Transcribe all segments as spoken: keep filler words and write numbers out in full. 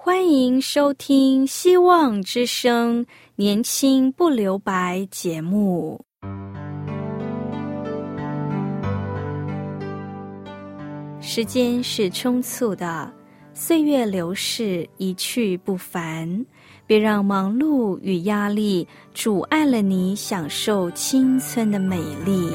欢迎收听希望之声年轻不留白节目。时间是匆促的，岁月流逝，一去不返，别让忙碌与压力阻碍了你享受青春的美丽。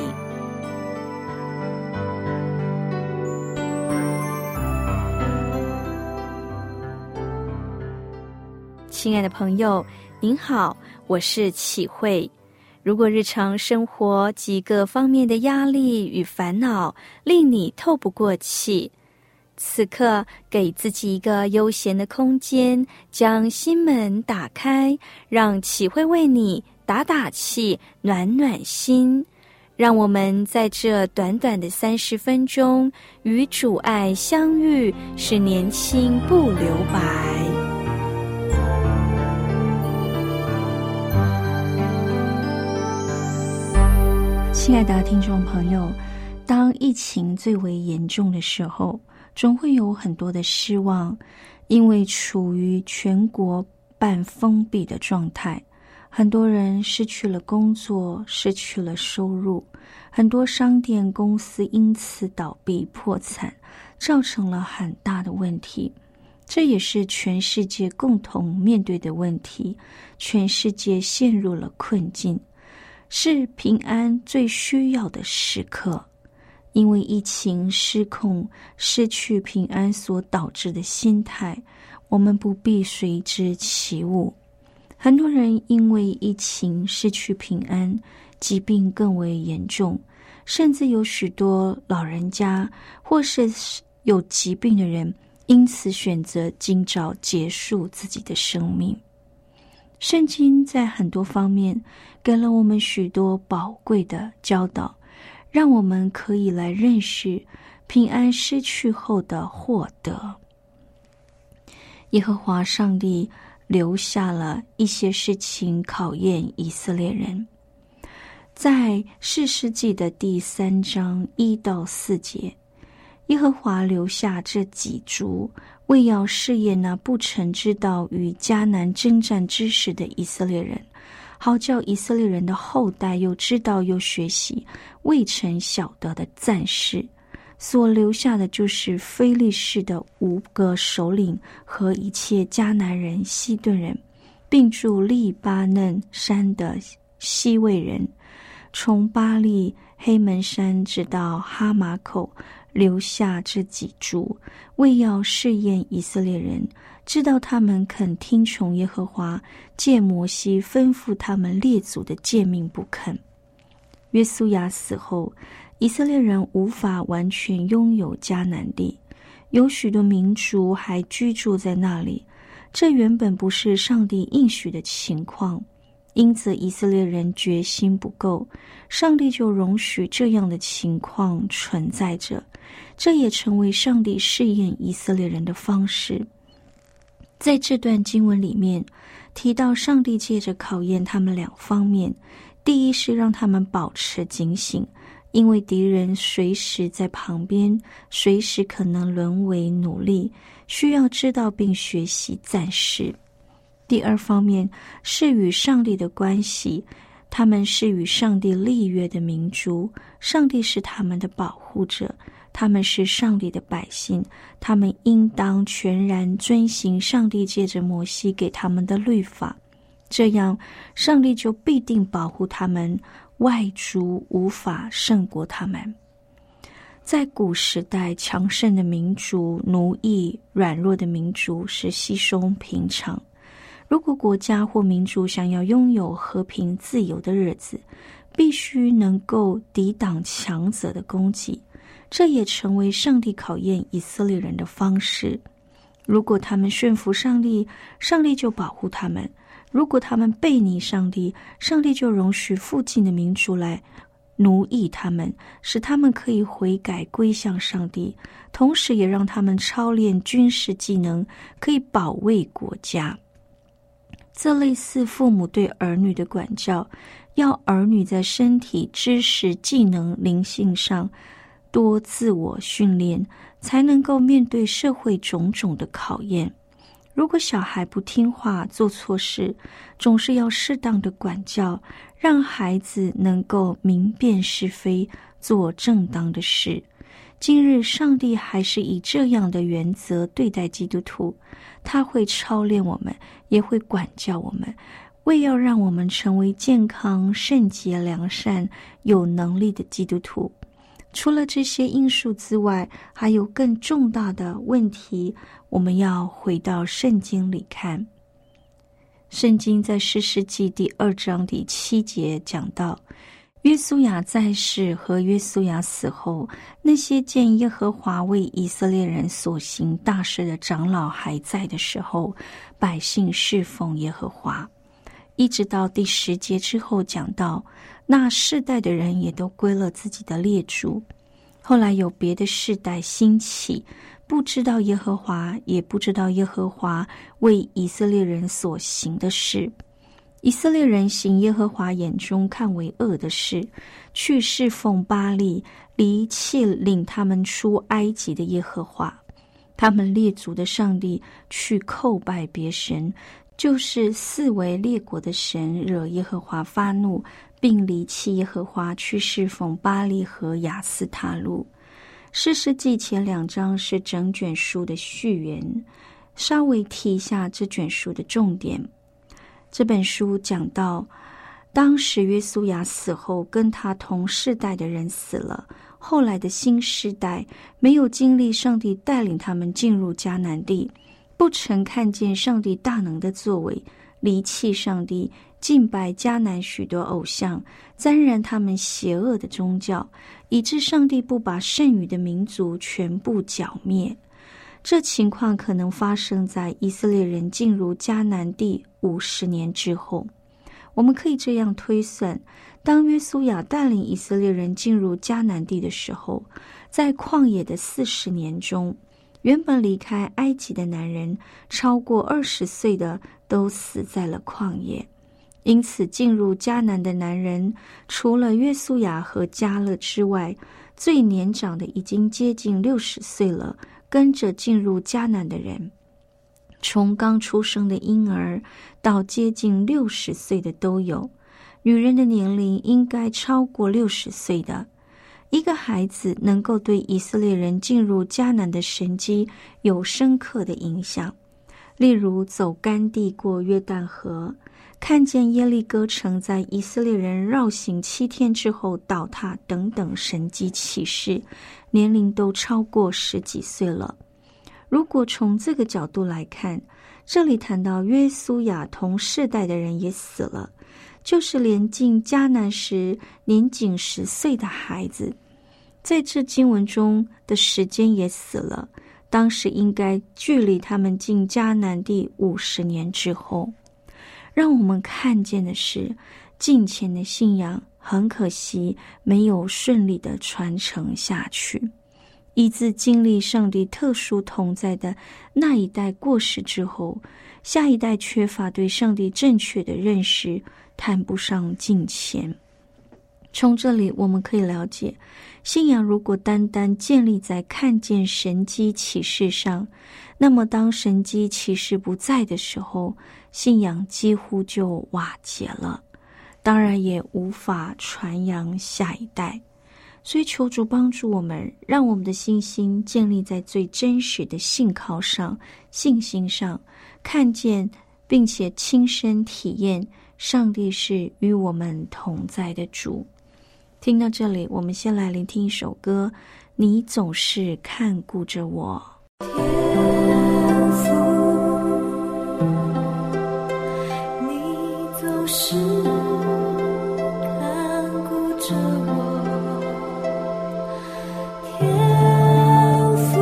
亲爱的朋友，您好，我是启慧。如果日常生活几个方面的压力与烦恼令你透不过气，此刻给自己一个悠闲的空间，将心门打开，让启慧为你打打气，暖暖心。让我们在这短短的三十分钟与主爱相遇，使年轻不留白。亲爱的听众朋友，当疫情最为严重的时候，总会有很多的失望，因为处于全国半封闭的状态，很多人失去了工作，失去了收入，很多商店公司因此倒闭破产，造成了很大的问题。这也是全世界共同面对的问题，全世界陷入了困境，是平安最需要的时刻。因为疫情失控，失去平安所导致的心态，我们不必随之起舞。很多人因为疫情失去平安，疾病更为严重，甚至有许多老人家或是有疾病的人因此选择尽早结束自己的生命。圣经在很多方面给了我们许多宝贵的教导，让我们可以来认识平安失去后的获得。耶和华上帝留下了一些事情考验以色列人。在士师记的第三章一到四节，耶和华留下这几族，为要试验那不曾知道与迦南征战之事的以色列人，好叫以色列人的后代又知道又学习未曾晓得的战事。所留下的就是非利士的五个首领和一切迦南人、西顿人，并住利巴嫩山的西魏人，从巴利黑门山直到哈马口，留下这几族，为要试验以色列人，知道他们肯听从耶和华借摩西吩咐他们列祖的诫命不肯。约书亚死后，以色列人无法完全拥有迦南地，有许多民族还居住在那里，这原本不是上帝应许的情况，因此以色列人决心不够，上帝就容许这样的情况存在着，这也成为上帝试验以色列人的方式。在这段经文里面提到，上帝借着考验他们两方面，第一是让他们保持警醒，因为敌人随时在旁边，随时可能沦为奴隶，需要知道并学习战事。第二方面是与上帝的关系，他们是与上帝立约的民族，上帝是他们的保护者，他们是上帝的百姓，他们应当全然遵行上帝借着摩西给他们的律法，这样上帝就必定保护他们，外族无法胜过他们。在古时代，强盛的民族奴役软弱的民族是稀松平常。如果国家或民族想要拥有和平自由的日子，必须能够抵挡强者的攻击，这也成为上帝考验以色列人的方式。如果他们顺服上帝，上帝就保护他们；如果他们背逆上帝，上帝就容许附近的民族来奴役他们，使他们可以悔改归向上帝，同时也让他们操练军事技能，可以保卫国家。这类似父母对儿女的管教，要儿女在身体、知识、技能、灵性上多自我训练，才能够面对社会种种的考验。 如果小孩不听话，做错事，总是要适当的管教，让孩子能够明辨是非，做正当的事。今日上帝还是以这样的原则对待基督徒，他会操练我们，也会管教我们，为要让我们成为健康、圣洁、良善、有能力的基督徒。除了这些因素之外，还有更重大的问题，我们要回到圣经里看。圣经在士师记第二章第七节讲到，约书亚在世和约书亚死后，那些见耶和华为以色列人所行大事的长老还在的时候，百姓侍奉耶和华。一直到第十节之后讲到，那世代的人也都归了自己的列祖。后来有别的世代兴起，不知道耶和华，也不知道耶和华为以色列人所行的事。以色列人行耶和华眼中看为恶的事，去侍奉巴力，离弃领他们出埃及的耶和华。他们列祖的上帝去叩拜别神，就是四围列国的神，惹耶和华发怒，并离弃耶和华，去侍奉巴力和亚斯他录。士师记前两章是整卷书的序言，稍微提一下这卷书的重点。这本书讲到，当时约书亚死后，跟他同世代的人死了，后来的新世代没有经历上帝带领他们进入迦南地，不曾看见上帝大能的作为，离弃上帝，敬拜迦南许多偶像，沾染他们邪恶的宗教，以致上帝不把剩余的民族全部剿灭。这情况可能发生在以色列人进入迦南地五十年之后。我们可以这样推算，当约书亚带领以色列人进入迦南地的时候，在旷野的四十年中，原本离开埃及的男人超过二十岁的都死在了旷野。因此进入迦南的男人，除了约书亚和迦勒之外，最年长的已经接近六十岁了，跟着进入迦南的人，从刚出生的婴儿到接近六十岁的都有。女人的年龄应该超过六十岁的。一个孩子能够对以色列人进入迦南的神迹有深刻的影响，例如走干地过约旦河，看见耶利哥城在以色列人绕行七天之后倒塌等等神迹奇事，年龄都超过十几岁了。如果从这个角度来看，这里谈到约书亚同世代的人也死了，就是连进迦南时年仅十岁的孩子，在这经文中的时间也死了，当时应该距离他们进迦南地五十年之后。让我们看见的是，敬虔的信仰很可惜没有顺利的传承下去，以致经历上帝特殊同在的那一代过世之后，下一代缺乏对上帝正确的认识，谈不上敬虔。从这里我们可以了解，信仰如果单单建立在看见神迹启示上，那么当神迹启示不在的时候，信仰几乎就瓦解了，当然也无法传扬下一代。所以求主帮助我们，让我们的信心建立在最真实的信靠上、信心上，看见并且亲身体验上帝是与我们同在的主。听到这里，我们先来聆听一首歌，你总是看顾着我。 天父，你总是看顾着我。天父，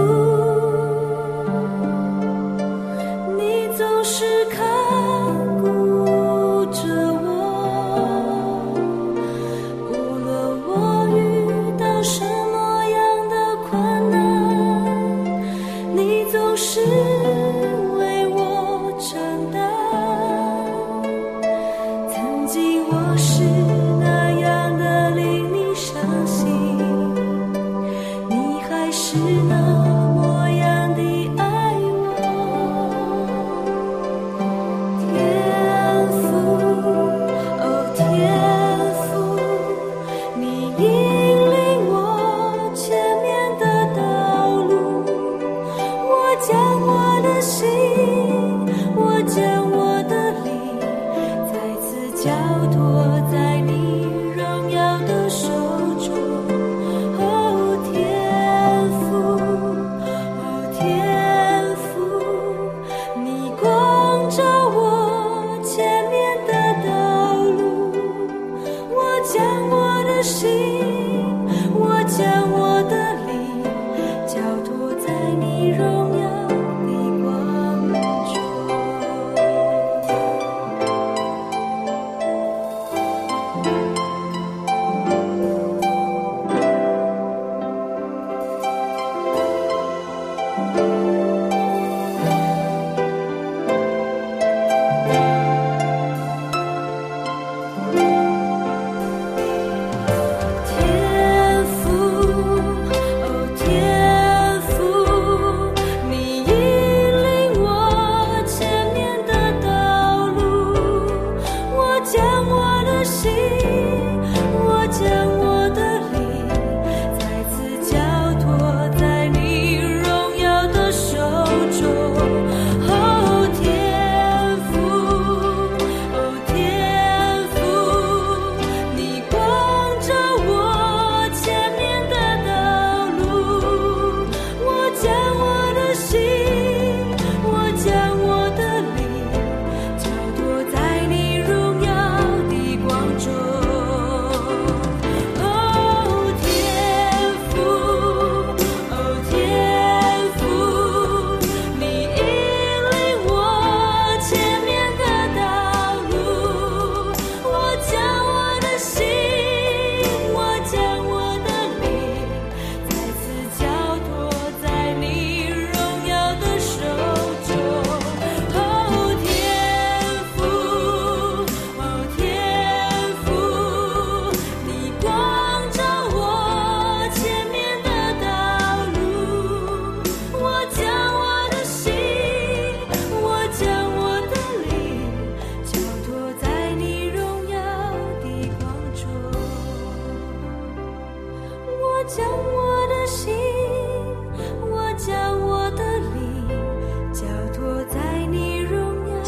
你总是看顾着我，无论我遇到什么样的困难，你总是为我承担。曾经我是那样的令你伤心，你还是那么样的爱我。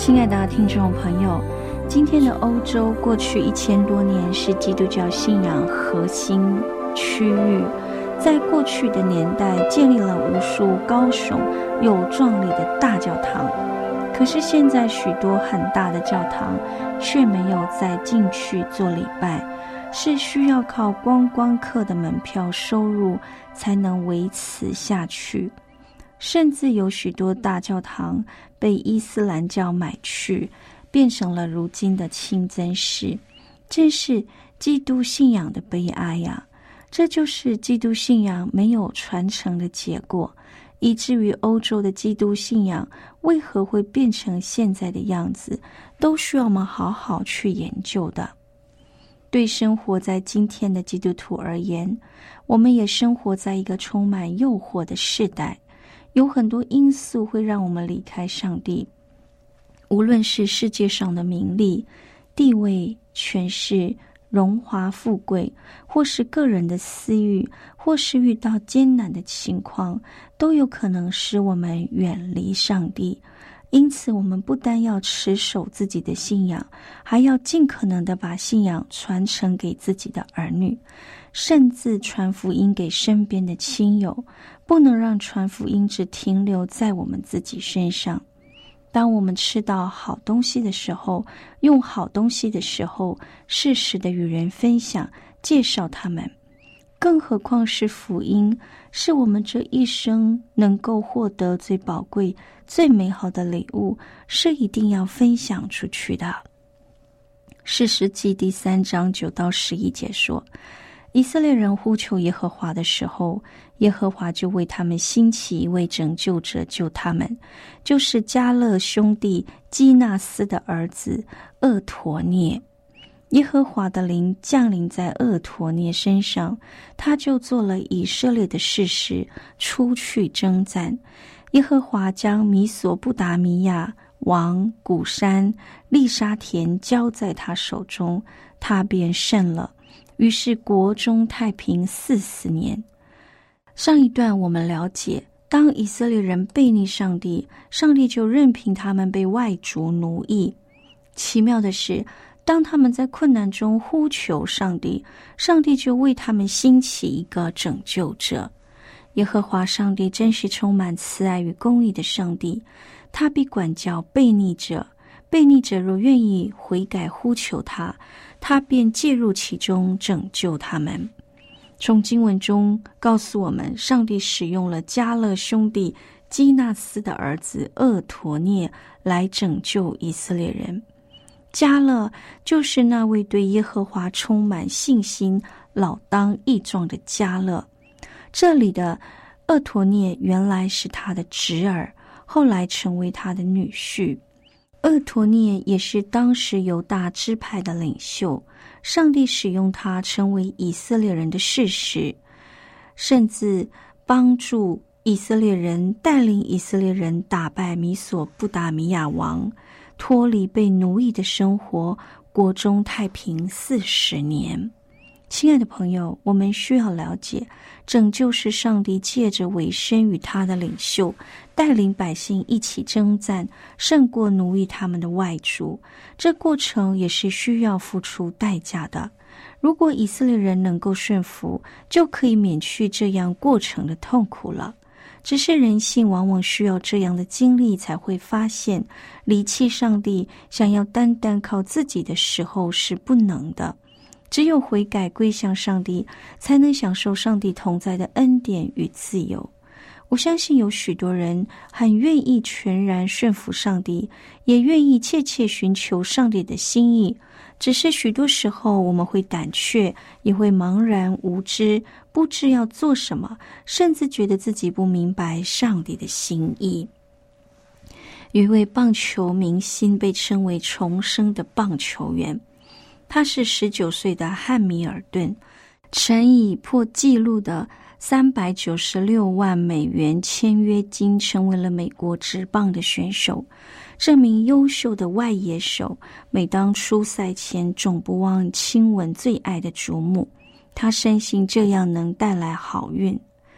亲爱的听众朋友，今天的欧洲过去一千多年是基督教信仰核心区域，在过去的年代建立了无数高耸又壮丽的大教堂，可是现在许多很大的教堂却没有再进去做礼拜，是需要靠观光客的门票收入才能维持下去。甚至有许多大教堂被伊斯兰教买去，变成了如今的清真寺，真是基督信仰的悲哀呀！这就是基督信仰没有传承的结果，以至于欧洲的基督信仰为何会变成现在的样子，都需要我们好好去研究的。对生活在今天的基督徒而言，我们也生活在一个充满诱惑的世代，有很多因素会让我们离开上帝，无论是世界上的名利、地位、权势、荣华富贵，或是个人的私欲，或是遇到艰难的情况，都有可能使我们远离上帝。因此我们不单要持守自己的信仰，还要尽可能的把信仰传承给自己的儿女，甚至传福音给身边的亲友，不能让传福音只停留在我们自己身上。当我们吃到好东西的时候，用好东西的时候，适时的与人分享，介绍他们。更何况是福音，是我们这一生能够获得最宝贵、最美好的礼物，是一定要分享出去的。士师记第三章九到十一节说，以色列人呼求耶和华的时候，耶和华就为他们兴起一位拯救者救他们，就是迦勒兄弟基纳斯的儿子厄陀涅。耶和华的灵降临在厄陀涅身上，他就做了以色列的士师，出去征战。耶和华将米索不达米亚王古山利沙田交在他手中，他便胜了。于是国中太平四十年。上一段我们了解，当以色列人背逆上帝，上帝就任凭他们被外族奴役。奇妙的是，当他们在困难中呼求上帝，上帝就为他们兴起一个拯救者。耶和华上帝真是充满慈爱与公义的上帝，他必管教悖逆者，悖逆者若愿意悔改呼求他，他便介入其中拯救他们。从经文中告诉我们，上帝使用了迦勒兄弟基纳斯的儿子厄陀涅来拯救以色列人。迦勒就是那位对耶和华充满信心、老当益壮的迦勒。这里的厄陀涅原来是他的侄儿，后来成为他的女婿。厄陀涅也是当时犹大支派的领袖，上帝使用他成为以色列人的士师，甚至帮助以色列人，带领以色列人打败米索不达米亚王，脱离被奴役的生活，国中太平四十年。亲爱的朋友，我们需要了解，拯救是上帝借着委身与他的领袖，带领百姓一起征战，胜过奴役他们的外族。这过程也是需要付出代价的。如果以色列人能够顺服，就可以免去这样过程的痛苦了。只是人性往往需要这样的经历，才会发现离弃上帝，想要单单靠自己的时候是不能的。只有悔改归向上帝，才能享受上帝同在的恩典与自由。我相信有许多人很愿意全然顺服上帝，也愿意切切寻求上帝的心意，只是许多时候我们会胆怯，也会茫然无知，不知要做什么，甚至觉得自己不明白上帝的心意。有一位棒球明星被称为重生的棒球员，他是十九岁的汉密尔顿，曾以破纪录的三百九十六万美元签约金成为了美国职棒的选手。这名优秀的外野手每当出赛前总不忘亲吻最爱的祖母，他深信这样能带来好运。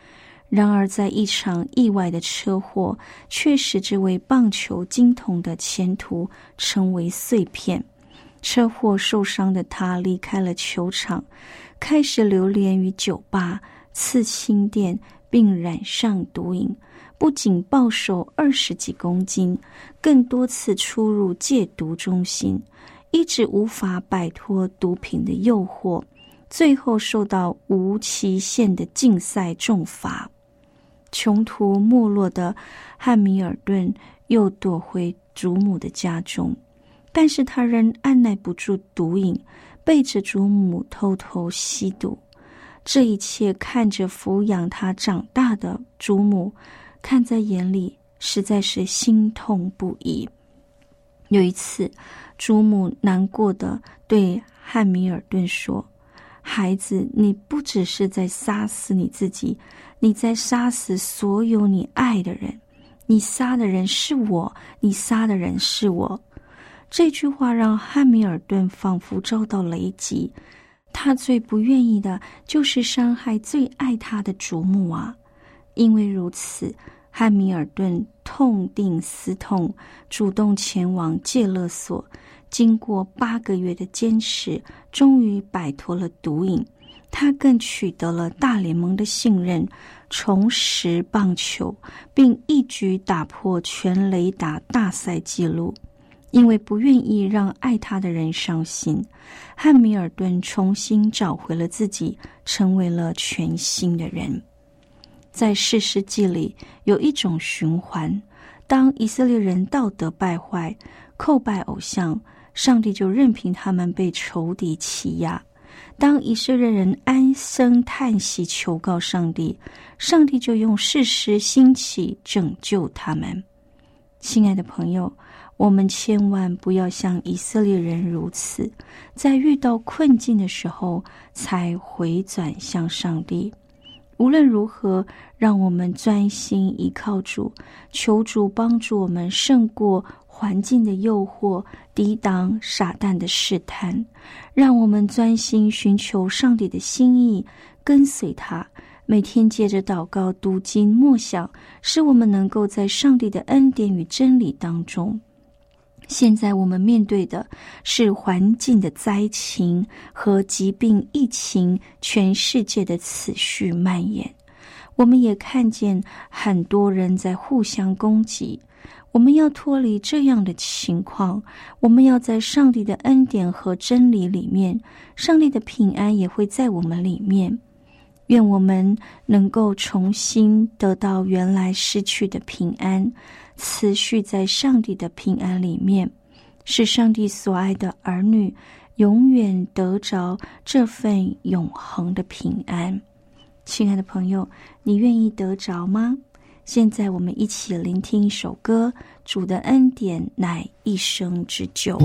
然而在一场意外的车祸却使这位棒球金童的前途成为碎片。车祸受伤的他离开了球场，开始流连于酒吧、刺青店，并染上毒瘾，不仅暴瘦二十几公斤，更多次出入戒毒中心，一直无法摆脱毒品的诱惑，最后受到无期限的禁赛重罚。穷途末落的汉密尔顿又躲回祖母的家中，但是他仍按耐不住毒瘾，背着祖母偷偷吸毒。这一切看着抚养他长大的祖母，看在眼里，实在是心痛不已。有一次，祖母难过地对汉密尔顿说：孩子，你不只是在杀死你自己，你在杀死所有你爱的人。你杀的人是我，你杀的人是我。这句话让汉密尔顿仿佛遭到雷击，他最不愿意的就是伤害最爱他的祖母啊！因为如此，汉密尔顿痛定思痛，主动前往戒勒所。经过八个月的坚持，终于摆脱了毒瘾。他更取得了大联盟的信任，重拾棒球，并一举打破全垒打大赛纪录。因为不愿意让爱他的人伤心，汉密尔顿重新找回了自己，成为了全新的人。在士师记里有一种循环，当以色列人道德败坏，叩拜偶像，上帝就任凭他们被仇敌欺压。当以色列人唉声叹息求告上帝，上帝就用士师兴起拯救他们。亲爱的朋友，我们千万不要像以色列人如此，在遇到困境的时候才回转向上帝。无论如何，让我们专心依靠主，求主帮助我们胜过环境的诱惑，抵挡撒旦的试探。让我们专心寻求上帝的心意，跟随他，每天借着祷告、读经、默想，使我们能够在上帝的恩典与真理当中。现在我们面对的是环境的灾情和疾病疫情，全世界的持续蔓延。我们也看见很多人在互相攻击。我们要脱离这样的情况，我们要在上帝的恩典和真理里面，上帝的平安也会在我们里面。愿我们能够重新得到原来失去的平安，持续在上帝的平安里面，使上帝所爱的儿女永远得着这份永恒的平安。亲爱的朋友，你愿意得着吗？现在我们一起聆听一首歌，主的恩典乃一生之久。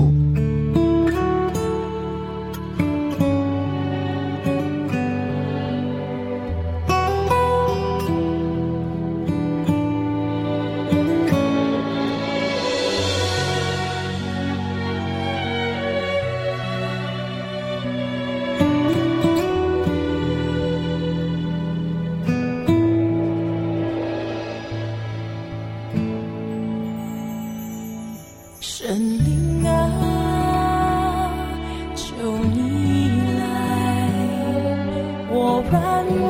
神灵啊，求你来，我软弱，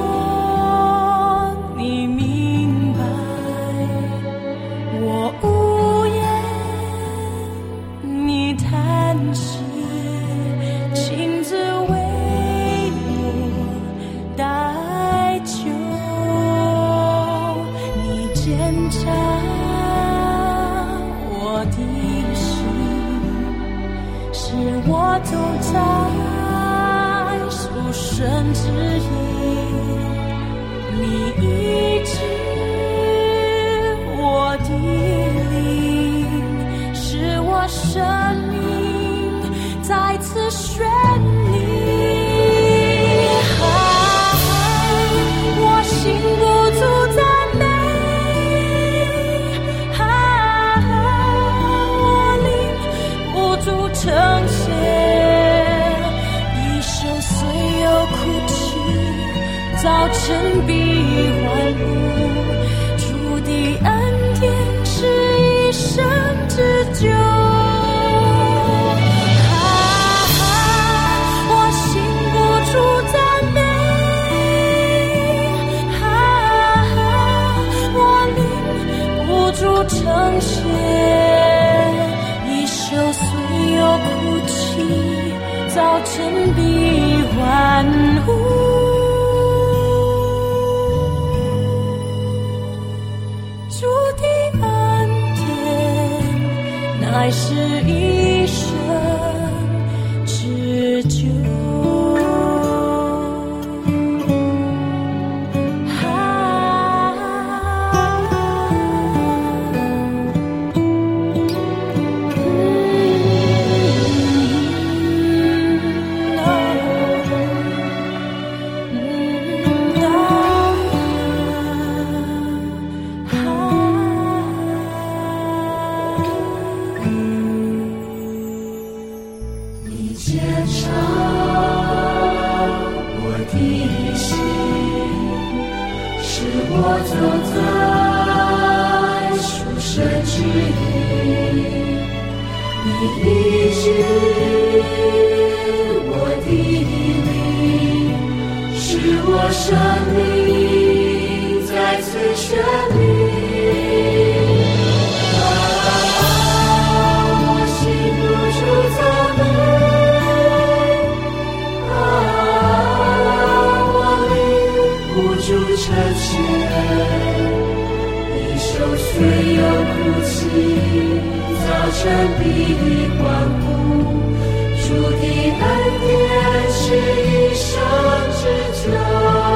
你明白，我无言，你叹息，亲自为我代救，你检查我走在属神之意，你医治我的灵，使我生命再次绚丽。我心不住赞美，我灵不住称谢。早晨必还生必欢呼。主的恩典乃是一生之久。 生命再次确立，啊，我心不住赞美，啊，我灵不住称谢，一手虽有哭泣，早晨必欢呼，主的恩典是一生之久。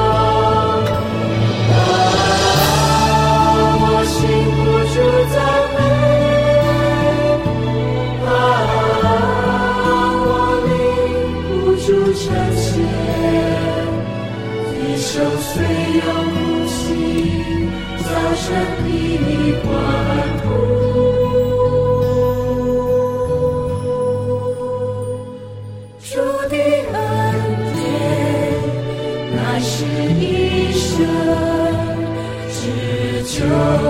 手虽有哭泣，早晨必欢呼。主的恩典乃是一生之久。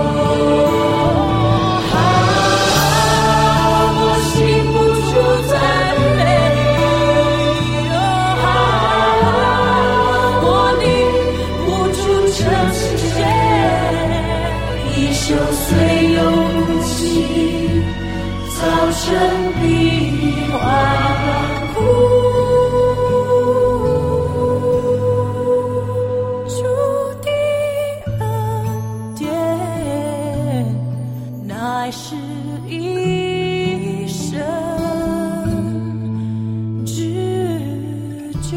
手虽有哭泣，早晨必欢呼。主的恩典乃是一生之久。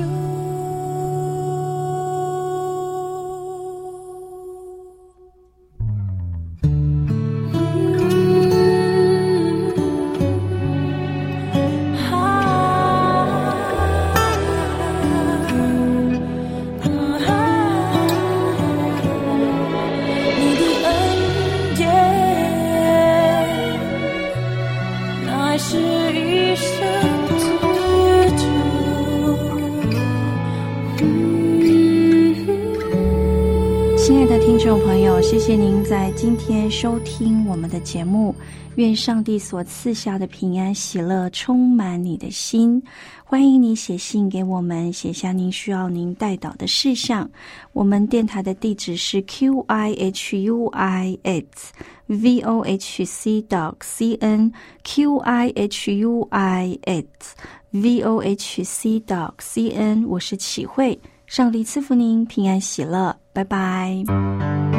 亲爱的听众朋友，谢谢您在今天收听我们的节目，愿上帝所赐下的平安喜乐充满你的心。欢迎你写信给我们，写下您需要您代祷的事项。我们电台的地址是 q i h u i at vohc dot c n q i h u i at vohc dot c n。 我是启慧，上帝赐福您平安喜乐，拜拜。